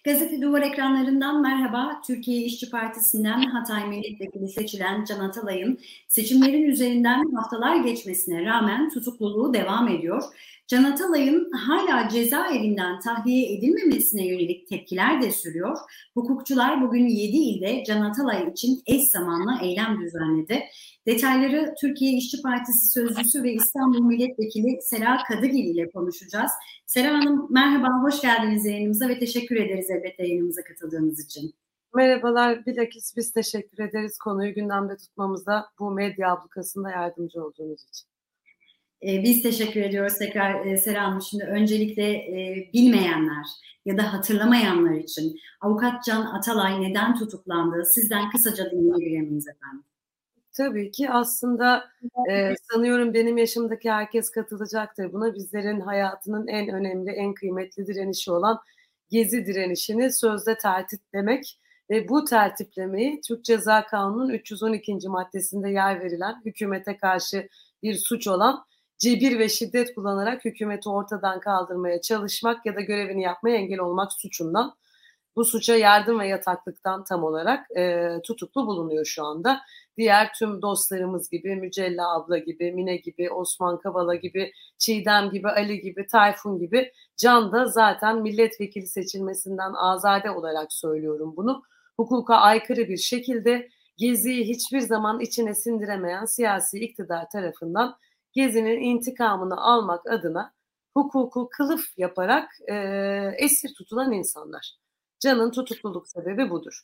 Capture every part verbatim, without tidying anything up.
Gazete Duvar ekranlarından merhaba. Türkiye İşçi Partisi'nden Hatay Milletvekili seçilen Can Atalay'ın seçimlerin üzerinden haftalar geçmesine rağmen tutukluluğu devam ediyor. Can Atalay'ın hala cezaevinden tahliye edilmemesine yönelik tepkiler de sürüyor. Hukukçular bugün yedi ilde Can Atalay için eş zamanlı eylem düzenledi. Detayları Türkiye İşçi Partisi Sözcüsü ve İstanbul Milletvekili Sera Kadıgil ile konuşacağız. Sera Hanım merhaba, hoş geldiniz yayınımıza ve teşekkür ederiz elbette yayınımıza katıldığınız için. Merhabalar, bilakis biz teşekkür ederiz konuyu gündemde tutmamızda, bu medya ablukasında yardımcı olduğunuz için. Ee, biz teşekkür ediyoruz tekrar e, Sera Hanım. Şimdi öncelikle e, bilmeyenler ya da hatırlamayanlar için Avukat Can Atalay neden tutuklandı? Sizden kısaca dinleyebilir miyiz efendim? Tabii ki aslında e, sanıyorum benim yaşımdaki herkes katılacaktır buna. Bizlerin hayatının en önemli, en kıymetli direnişi olan Gezi direnişini sözde tertiplemek ve bu tertiplemeyi Türk Ceza Kanunu'nun üç yüz on ikinci maddesinde yer verilen hükümete karşı bir suç olan cebir ve şiddet kullanarak hükümeti ortadan kaldırmaya çalışmak ya da görevini yapmaya engel olmak suçundan, bu suça yardım ve yataklıktan tam olarak e, tutuklu bulunuyor şu anda. Diğer tüm dostlarımız gibi, Mücella abla gibi, Mine gibi, Osman Kavala gibi, Çiğdem gibi, Ali gibi, Tayfun gibi, Can da zaten milletvekili seçilmesinden azade olarak söylüyorum bunu. Hukuka aykırı bir şekilde Gezi'yi hiçbir zaman içine sindiremeyen siyasi iktidar tarafından Gezi'nin intikamını almak adına hukuku kılıf yaparak e, esir tutulan insanlar. Can'ın tutukluluk sebebi budur.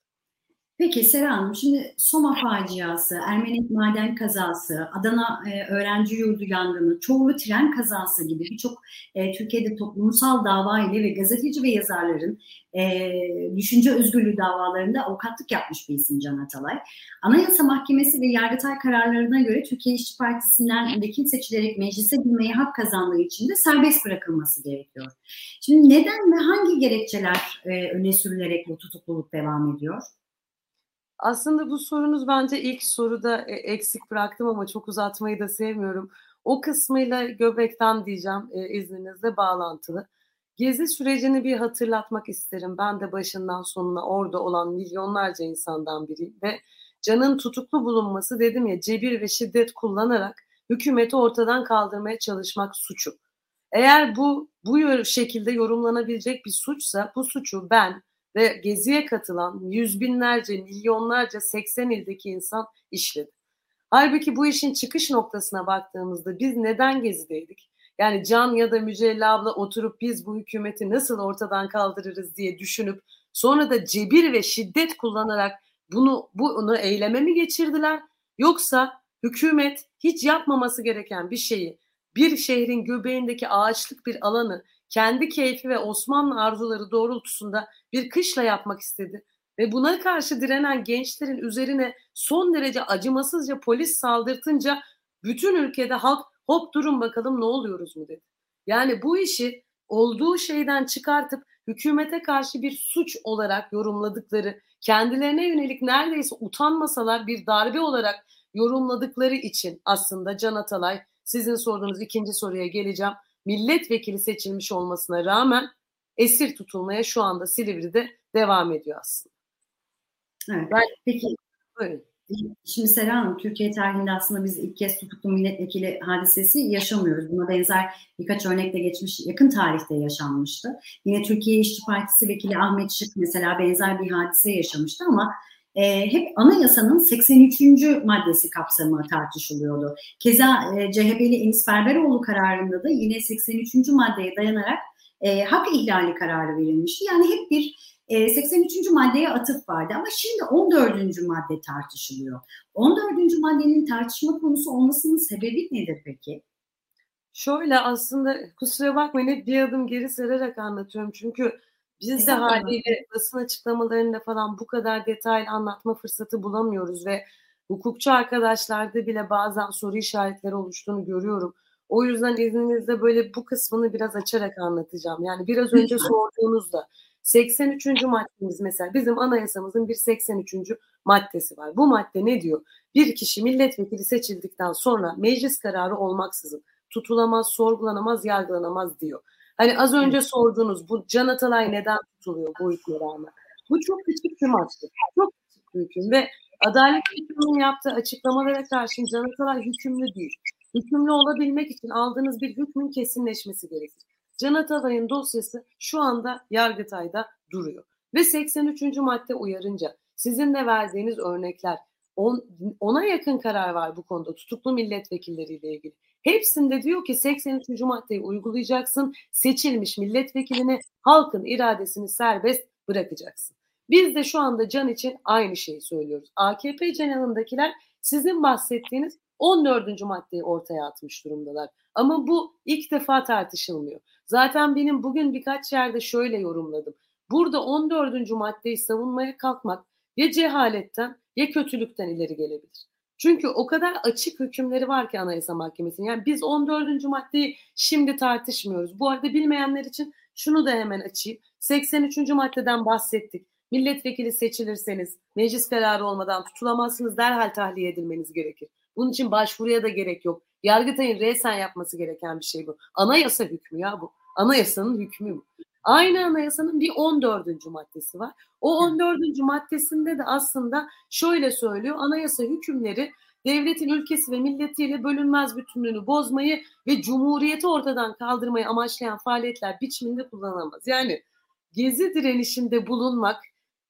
Peki Sera Hanım, şimdi Soma faciası, Ermenek maden kazası, Adana e, öğrenci yurdu yangını, Çorlu tren kazası gibi birçok e, Türkiye'de toplumsal dava ile ve gazeteci ve yazarların e, düşünce özgürlüğü davalarında avukatlık yapmış bir isim Can Atalay. Anayasa Mahkemesi ve Yargıtay kararlarına göre Türkiye İşçi Partisi'nden vekil seçilerek meclise girmeye hak kazandığı için de serbest bırakılması gerekiyor. Şimdi neden ve hangi gerekçeler e, öne sürülerek bu tutukluluk devam ediyor? Aslında bu sorunuz bence ilk soruda eksik bıraktım ama çok uzatmayı da sevmiyorum. O kısmıyla göbekten diyeceğim e, izninizle bağlantılı. Gezi sürecini bir hatırlatmak isterim. Ben de başından sonuna orada olan milyonlarca insandan biriyim ve Can'ın tutuklu bulunması, dedim ya, cebir ve şiddet kullanarak hükümeti ortadan kaldırmaya çalışmak suçu. Eğer bu bu şekilde yorumlanabilecek bir suçsa, bu suçu ben ve Gezi'ye katılan yüz binlerce, milyonlarca seksen ildeki insan işledi. Halbuki bu işin çıkış noktasına baktığımızda biz neden Gezi'deydik? Yani Can ya da Mücella abla oturup biz bu hükümeti nasıl ortadan kaldırırız diye düşünüp sonra da cebir ve şiddet kullanarak bunu bunu eyleme mi geçirdiler? Yoksa hükümet hiç yapmaması gereken bir şeyi, bir şehrin göbeğindeki ağaçlık bir alanı kendi keyfi ve Osmanlı arzuları doğrultusunda bir kışla yapmak istedi ve buna karşı direnen gençlerin üzerine son derece acımasızca polis saldırtınca bütün ülkede halk hop durun bakalım ne oluyoruz mu dedi. Yani bu işi olduğu şeyden çıkartıp hükümete karşı bir suç olarak yorumladıkları, kendilerine yönelik neredeyse utanmasalar bir darbe olarak yorumladıkları için aslında Can Atalay, sizin sorduğunuz ikinci soruya geleceğim, milletvekili seçilmiş olmasına rağmen esir tutulmaya şu anda Silivri'de devam ediyor aslında. Evet. Ben, peki buyurun. Şimdi Sera Hanım, Türkiye tarihinde aslında biz ilk kez tutuklu milletvekili hadisesi yaşamıyoruz. Buna benzer birkaç örnek de geçmiş, yakın tarihte yaşanmıştı. Yine Türkiye İşçi Partisi vekili Ahmet Şık mesela benzer bir hadise yaşamıştı ama e, hep anayasanın seksen üçüncü maddesi kapsamı tartışılıyordu. Keza e, C H P'li Enis Berberoğlu kararında da yine seksen üçüncü maddeye dayanarak e, hak ihlali kararı verilmişti. Yani hep bir seksen üçüncü maddeye atıf vardı ama şimdi on dördüncü madde tartışılıyor. on dördüncü maddenin tartışma konusu olmasının sebebi nedir peki? Şöyle, aslında kusura bakmayın hep bir adım geri sararak anlatıyorum. Çünkü biz de haliyle basın açıklamalarında falan bu kadar detaylı anlatma fırsatı bulamıyoruz ve hukukçu arkadaşlarda bile bazen soru işaretleri oluştuğunu görüyorum. O yüzden izninizle böyle bu kısmını biraz açarak anlatacağım. Yani biraz önce sorduğunuzda seksen üçüncü maddemiz, mesela bizim anayasamızın bir seksen üçüncü maddesi var. Bu madde ne diyor? Bir kişi milletvekili seçildikten sonra meclis kararı olmaksızın tutulamaz, sorgulanamaz, yargılanamaz diyor. Hani az önce sorduğunuz bu Can Atalay neden tutuluyor bu hükme rağmen? Bu çok küçük bir maçtı. Çok küçük bir hüküm ve Adalet Hükümlü'nün yaptığı açıklamalara karşın Can Atalay hükümlü değil. Hükümlü olabilmek için aldığınız bir hükmün kesinleşmesi gerekir. Can Atalay'ın dosyası şu anda Yargıtay'da duruyor. Ve seksen üçüncü madde uyarınca sizin de verdiğiniz örnekler, on, ona yakın karar var bu konuda tutuklu milletvekilleriyle ilgili. Hepsinde diyor ki seksen üçüncü maddeyi uygulayacaksın, seçilmiş milletvekilini halkın iradesini serbest bırakacaksın. Biz de şu anda Can için aynı şeyi söylüyoruz. A K P cenahındakiler sizin bahsettiğiniz on dördüncü maddeyi ortaya atmış durumdalar. Ama bu ilk defa tartışılmıyor. Zaten benim bugün birkaç yerde şöyle yorumladım. Burada on dördüncü maddeyi savunmaya kalkmak ya cehaletten ya kötülükten ileri gelebilir. Çünkü o kadar açık hükümleri var ki Anayasa Mahkemesi'nin. Yani biz on dördüncü maddeyi şimdi tartışmıyoruz. Bu arada bilmeyenler için şunu da hemen açayım. seksen üçüncü maddeden bahsettik. Milletvekili seçilirseniz meclis kararı olmadan tutulamazsınız, derhal tahliye edilmeniz gerekir. Bunun için başvuruya da gerek yok. Yargıtay'ın resen yapması gereken bir şey bu. Anayasa hükmü ya bu. Anayasanın hükmü bu. Aynı anayasanın bir on dördüncü maddesi var. O on dördüncü maddesinde de aslında şöyle söylüyor. Anayasa hükümleri devletin ülkesi ve milletiyle bölünmez bütünlüğünü bozmayı ve cumhuriyeti ortadan kaldırmayı amaçlayan faaliyetler biçiminde kullanılamaz. Yani Gezi direnişinde bulunmak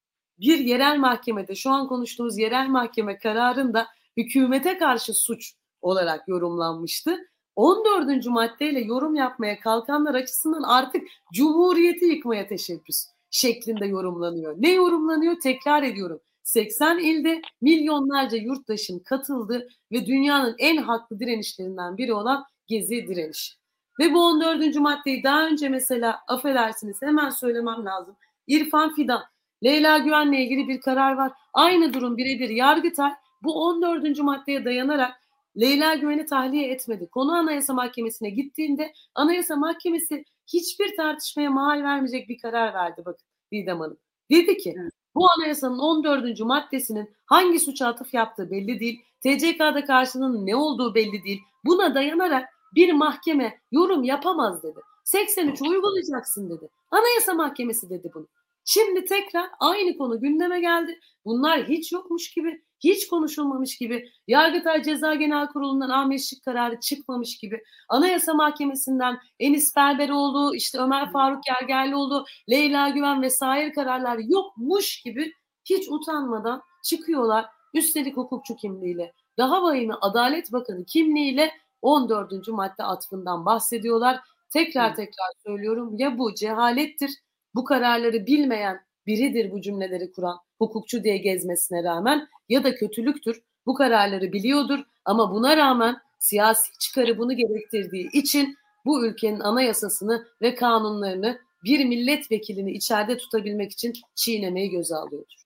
bir yerel mahkemede, şu an konuştuğumuz yerel mahkeme kararında hükümete karşı suç olarak yorumlanmıştı. on dördüncü maddeyle yorum yapmaya kalkanlar açısından artık cumhuriyeti yıkmaya teşebbüs şeklinde yorumlanıyor. Ne yorumlanıyor? Tekrar ediyorum. seksen ilde milyonlarca yurttaşın katıldığı ve dünyanın en haklı direnişlerinden biri olan Gezi direnişi. Ve bu on dördüncü maddeyi daha önce mesela affedersiniz hemen söylemem lazım. İrfan Fidan, Leyla Güven'le ilgili bir karar var. Aynı durum birebir. Yargıtay bu on dördüncü maddeye dayanarak Leyla Güven'i tahliye etmedi. Konu Anayasa Mahkemesi'ne gittiğinde Anayasa Mahkemesi hiçbir tartışmaya mahal vermeyecek bir karar verdi bakın Didem Hanım. Dedi ki bu anayasanın on dördüncü maddesinin hangi suça atıf yaptığı belli değil. T C K'da karşılığının ne olduğu belli değil. Buna dayanarak bir mahkeme yorum yapamaz dedi. seksen üçü uygulayacaksın dedi. Anayasa Mahkemesi dedi bunu. Şimdi tekrar aynı konu gündeme geldi. Bunlar hiç yokmuş gibi, hiç konuşulmamış gibi, Yargıtay Ceza Genel Kurulu'ndan Ahmet Şık kararı çıkmamış gibi, Anayasa Mahkemesi'nden Enis Berberoğlu, işte Ömer Faruk Gergerlioğlu, Leyla Güven vesaire kararlar yokmuş gibi hiç utanmadan çıkıyorlar. Üstelik hukukçu kimliğiyle, daha vahimi Adalet Bakanı kimliğiyle on dördüncü madde atfından bahsediyorlar. Tekrar tekrar söylüyorum, ya bu cehalettir, bu kararları bilmeyen biridir bu cümleleri kuran, hukukçu diye gezmesine rağmen, ya da kötülüktür, bu kararları biliyordur ama buna rağmen siyasi çıkarı bunu gerektirdiği için bu ülkenin anayasasını ve kanunlarını bir milletvekilini içeride tutabilmek için çiğnemeyi göze alıyordur.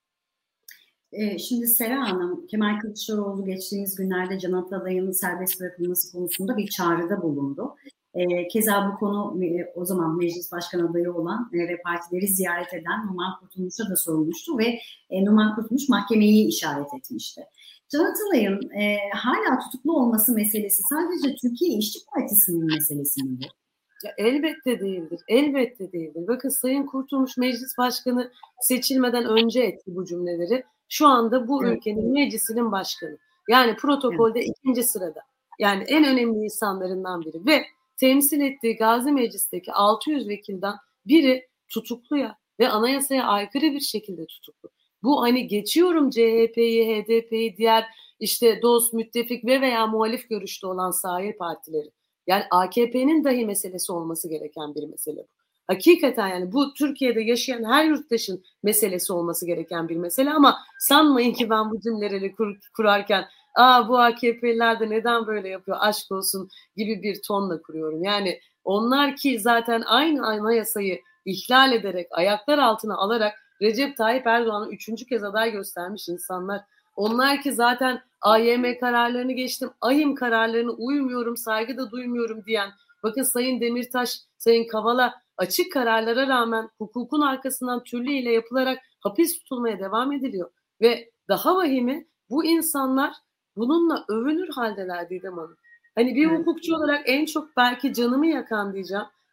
Şimdi Sera Hanım, Kemal Kılıçdaroğlu geçtiğimiz günlerde Can Atalay'ın serbest bırakılması konusunda bir çağrıda bulundu. E, keza bu konu e, o zaman meclis başkan adayı olan e, ve partileri ziyaret eden Numan Kurtulmuş'a da sorulmuştu ve e, Numan Kurtulmuş mahkemeyi işaret etmişti. Can Atalay'ın e, hala tutuklu olması meselesi sadece Türkiye İşçi Partisi'nin meselesi midir? Ya elbette değildir. Elbette değildir. Bakın Sayın Kurtulmuş meclis başkanı seçilmeden önce etti bu cümleleri. Şu anda bu evet. ülkenin meclisinin başkanı. Yani protokolde evet. ikinci sırada. Yani en önemli insanlarından biri ve temsil ettiği Gazi Meclis'teki altı yüz vekilden biri tutuklu ya ve anayasaya aykırı bir şekilde tutuklu. Bu hani geçiyorum C H P'yi, H D P'yi, diğer işte dost, müttefik ve veya muhalif görüşte olan sahil partileri. Yani A K P'nin dahi meselesi olması gereken bir mesele bu. Hakikaten yani bu Türkiye'de yaşayan her yurttaşın meselesi olması gereken bir mesele ama sanmayın ki ben bu cümleleri kur, kurarken aa bu A K P'liler de neden böyle yapıyor aşk olsun gibi bir tonla kuruyorum. Yani onlar ki zaten aynı anayasayı ihlal ederek ayaklar altına alarak Recep Tayyip Erdoğan'ı üçüncü kez aday göstermiş insanlar. Onlar ki zaten A Y M kararlarını geçtim, A Y M kararlarını uymuyorum, saygı da duymuyorum diyen, bakın Sayın Demirtaş, Sayın Kavala açık kararlara rağmen hukukun arkasından türlü ile yapılarak hapis tutulmaya devam ediliyor. Ve daha vahimi bu insanlar bununla övünür haldeler Didem Hanım. Hani bir hukukçu olarak en çok belki canımı yakan diyeceğim.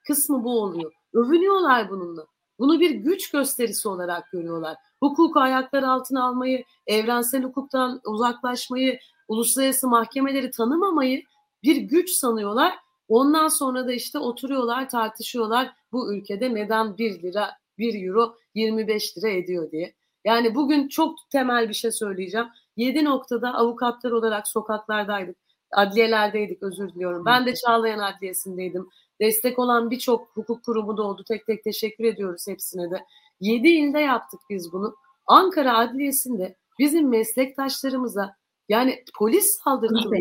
kısmı bu oluyor. Övünüyorlar bununla. Bunu bir güç gösterisi olarak görüyorlar. Hukuku ayaklar altına almayı, evrensel hukuktan uzaklaşmayı, uluslararası mahkemeleri tanımamayı bir güç sanıyorlar. Ondan sonra da işte oturuyorlar, tartışıyorlar bu ülkede neden bir lira, bir euro yirmi beş lira ediyor diye. Yani bugün çok temel bir şey söyleyeceğim. Yedi noktada avukatlar olarak sokaklardaydık. Adliyelerdeydik, özür diliyorum. Ben de Çağlayan Adliyesi'ndeydim. Destek olan birçok hukuk kurumu da oldu. Tek tek teşekkür ediyoruz hepsine de. Yedi ilde yaptık biz bunu. Ankara Adliyesi'nde bizim meslektaşlarımıza yani polis saldırtılar.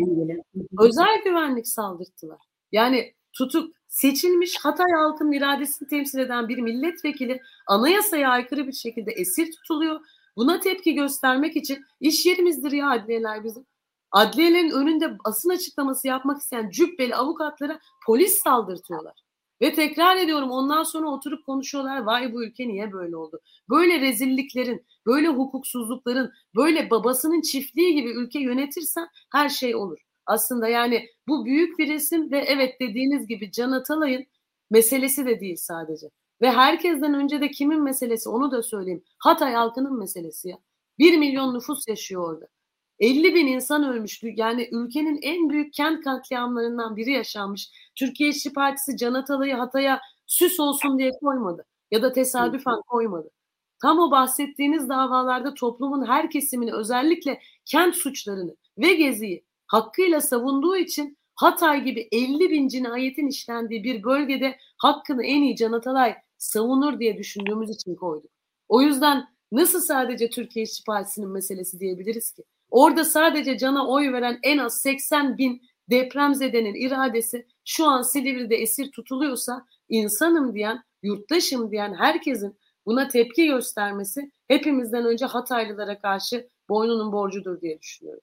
Özel güvenlik saldırtılar. Yani tutuk seçilmiş Hatay halkının iradesini temsil eden bir milletvekili anayasaya aykırı bir şekilde esir tutuluyor. Buna tepki göstermek için iş yerimizdir ya adliyeler bizim. Adliyelerin önünde basın açıklaması yapmak isteyen cübbeli avukatlara polis saldırtıyorlar. Ve tekrar ediyorum ondan sonra oturup konuşuyorlar. Vay bu ülke niye böyle oldu? Böyle rezilliklerin, böyle hukuksuzlukların, böyle babasının çiftliği gibi ülke yönetirsen her şey olur. Aslında yani bu büyük bir resim ve evet dediğiniz gibi Can Atalay'ın meselesi de değil sadece. Ve herkesten önce de kimin meselesi onu da söyleyeyim. Hatay halkının meselesi ya. Bir milyon nüfus yaşıyor orada. elli bin insan ölmüştü. Yani ülkenin en büyük kent katliamlarından biri yaşanmış. Türkiye İşçi Partisi Can Atalay'ı Hatay'a süs olsun diye koymadı. Ya da tesadüfen koymadı. Tam o bahsettiğiniz davalarda toplumun her kesimini özellikle kent suçlarını ve Gezi'yi hakkıyla savunduğu için Hatay gibi elli bin cinayetin işlendiği bir bölgede hakkını en iyi Can Atalay savunur diye düşündüğümüz için koyduk. O yüzden nasıl sadece Türkiye İşçi Partisi'nin meselesi diyebiliriz ki? Orada sadece Can'a oy veren en az seksen bin depremzedenin iradesi şu an Silivri'de esir tutuluyorsa insanım diyen, yurttaşım diyen herkesin buna tepki göstermesi hepimizden önce Hataylılara karşı boynunun borcudur diye düşünüyorum.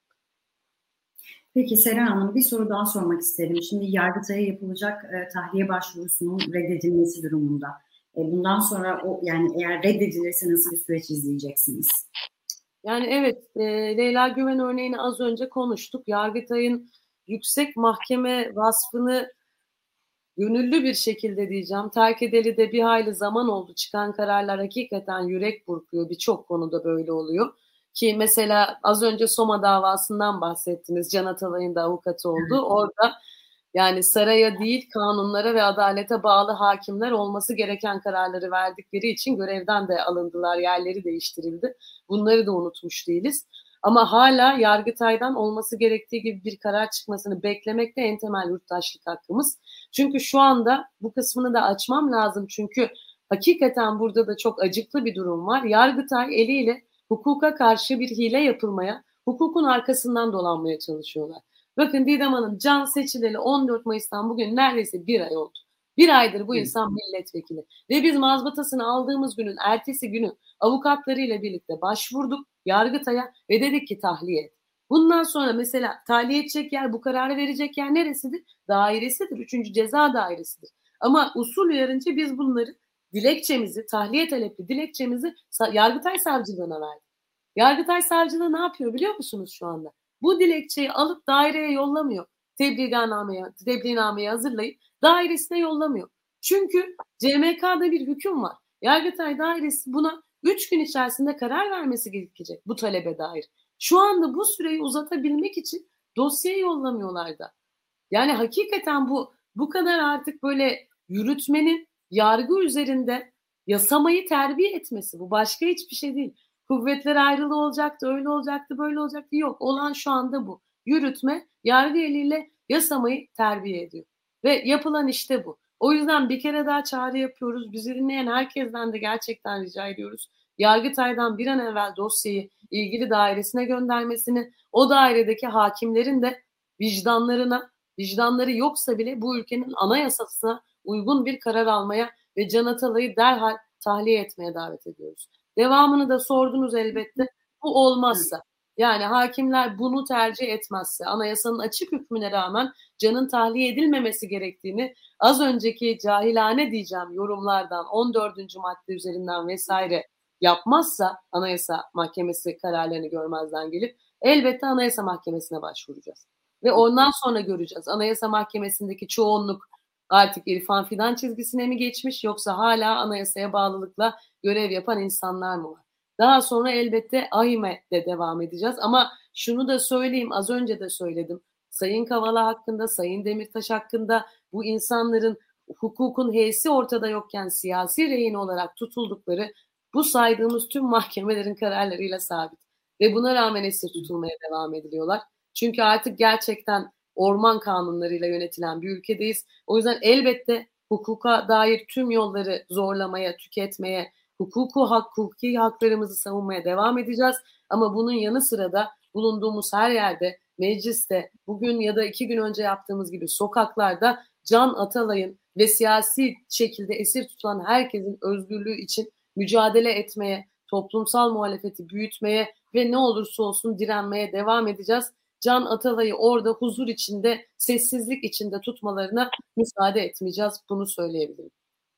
Peki Seren Hanım bir soru daha sormak isterim. Şimdi Yargıtay'a yapılacak e, tahliye başvurusunun reddedilmesi durumunda. E, bundan sonra o yani eğer reddedilirse nasıl bir süreç izleyeceksiniz? Yani evet e, Leyla Güven örneğini az önce konuştuk. Yargıtay'ın yüksek mahkeme vasfını gönüllü bir şekilde diyeceğim. Terk edeli de bir hayli zaman oldu. Çıkan kararlar hakikaten yürek burkuyor. Birçok konuda böyle oluyor. Ki mesela az önce Soma davasından bahsettiniz. Can Atalay'ın da avukatı oldu. Orada yani saraya değil kanunlara ve adalete bağlı hakimler olması gereken kararları verdikleri için görevden de alındılar. Yerleri değiştirildi. Bunları da unutmuş değiliz. Ama hala Yargıtay'dan olması gerektiği gibi bir karar çıkmasını beklemek de en temel yurttaşlık hakkımız. Çünkü şu anda bu kısmını da açmam lazım. Çünkü hakikaten burada da çok acıklı bir durum var. Yargıtay eliyle hukuka karşı bir hile yapılmaya, hukukun arkasından dolanmaya çalışıyorlar. Bakın Didem Hanım, Can seçileli on dört Mayıs'tan bugün neredeyse bir ay oldu. Bir aydır bu insan milletvekili. Ve biz mazbatasını aldığımız günün ertesi günü avukatlarıyla birlikte başvurduk Yargıtay'a ve dedik ki tahliye et. Bundan sonra mesela tahliye edecek yer, bu kararı verecek yer neresidir? Dairesidir. Üçüncü Ceza Dairesidir. Ama usul uyarınca biz bunları dilekçemizi, tahliye talepli dilekçemizi Yargıtay Savcılığına verdik. Yargıtay Savcılığı ne yapıyor biliyor musunuz şu anda? Bu dilekçeyi alıp daireye yollamıyor. Tebliğnameyi, tebliğnameyi hazırlayıp dairesine yollamıyor. Çünkü C M K'da bir hüküm var. Yargıtay Dairesi buna üç gün içerisinde karar vermesi gerekecek bu talebe dair. Şu anda bu süreyi uzatabilmek için dosyayı yollamıyorlar da. Yani hakikaten bu bu kadar artık böyle yürütmenin yargı üzerinde yasamayı terbiye etmesi, bu başka hiçbir şey değil. Kuvvetler ayrılığı olacaktı, öyle olacaktı, böyle olacaktı. Yok, olan şu anda bu. Yürütme yargı eliyle yasamayı terbiye ediyor. Ve yapılan işte bu. O yüzden bir kere daha çağrı yapıyoruz. Bizi dinleyen herkesten de gerçekten rica ediyoruz. Yargıtay'dan bir an evvel dosyayı ilgili dairesine göndermesini, o dairedeki hakimlerin de vicdanlarına, vicdanları yoksa bile bu ülkenin anayasasına uygun bir karar almaya ve Can Atalay'ı derhal tahliye etmeye davet ediyoruz. Devamını da sordunuz elbette. Bu olmazsa, yani hakimler bunu tercih etmezse, anayasanın açık hükmüne rağmen Can'ın tahliye edilmemesi gerektiğini az önceki cahilane diyeceğim yorumlardan on dördüncü madde üzerinden vesaire yapmazsa, Anayasa Mahkemesi kararlarını görmezden gelip elbette Anayasa Mahkemesi'ne başvuracağız. Ve ondan sonra göreceğiz. Anayasa Mahkemesi'ndeki çoğunluk Artık İrfan Fidan çizgisine mi geçmiş yoksa hala anayasaya bağlılıkla görev yapan insanlar mı var? Daha sonra elbette AİHM'e de devam edeceğiz ama şunu da söyleyeyim, az önce de söyledim. Sayın Kavala hakkında, Sayın Demirtaş hakkında bu insanların hukukun h'si ortada yokken siyasi rehin olarak tutuldukları bu saydığımız tüm mahkemelerin kararlarıyla sabit. Ve buna rağmen esir tutulmaya devam ediliyorlar. Çünkü artık gerçekten orman kanunlarıyla yönetilen bir ülkedeyiz. O yüzden elbette hukuka dair tüm yolları zorlamaya, tüketmeye, hukuku hak, hukuki haklarımızı savunmaya devam edeceğiz. Ama bunun yanı sıra da bulunduğumuz her yerde, mecliste, bugün ya da iki gün önce yaptığımız gibi sokaklarda Can Atalay'ın ve siyasi şekilde esir tutulan herkesin özgürlüğü için mücadele etmeye, toplumsal muhalefeti büyütmeye ve ne olursa olsun direnmeye devam edeceğiz. Can Atalay'ı orada huzur içinde, sessizlik içinde tutmalarına müsaade etmeyeceğiz. Bunu söyleyebilirim.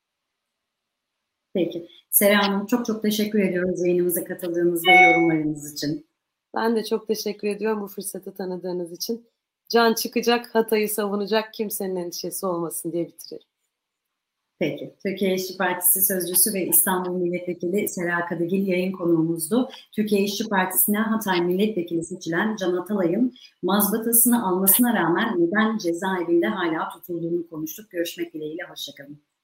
Peki. Sera Hanım, çok çok teşekkür ediyoruz yayınımıza katıldığınız ve yorumlarınız için. Ben de çok teşekkür ediyorum bu fırsatı tanıdığınız için. Can çıkacak, Hatay'ı savunacak, kimsenin endişesi olmasın diye bitirelim. Peki. Türkiye İşçi Partisi Sözcüsü ve İstanbul Milletvekili Sera Kadıgil yayın konuğumuzdu. Türkiye İşçi Partisi'ne Hatay Milletvekili seçilen Can Atalay'ın mazbatasını almasına rağmen neden cezaevinde hala tutulduğunu konuştuk. Görüşmek dileğiyle, hoşçakalın.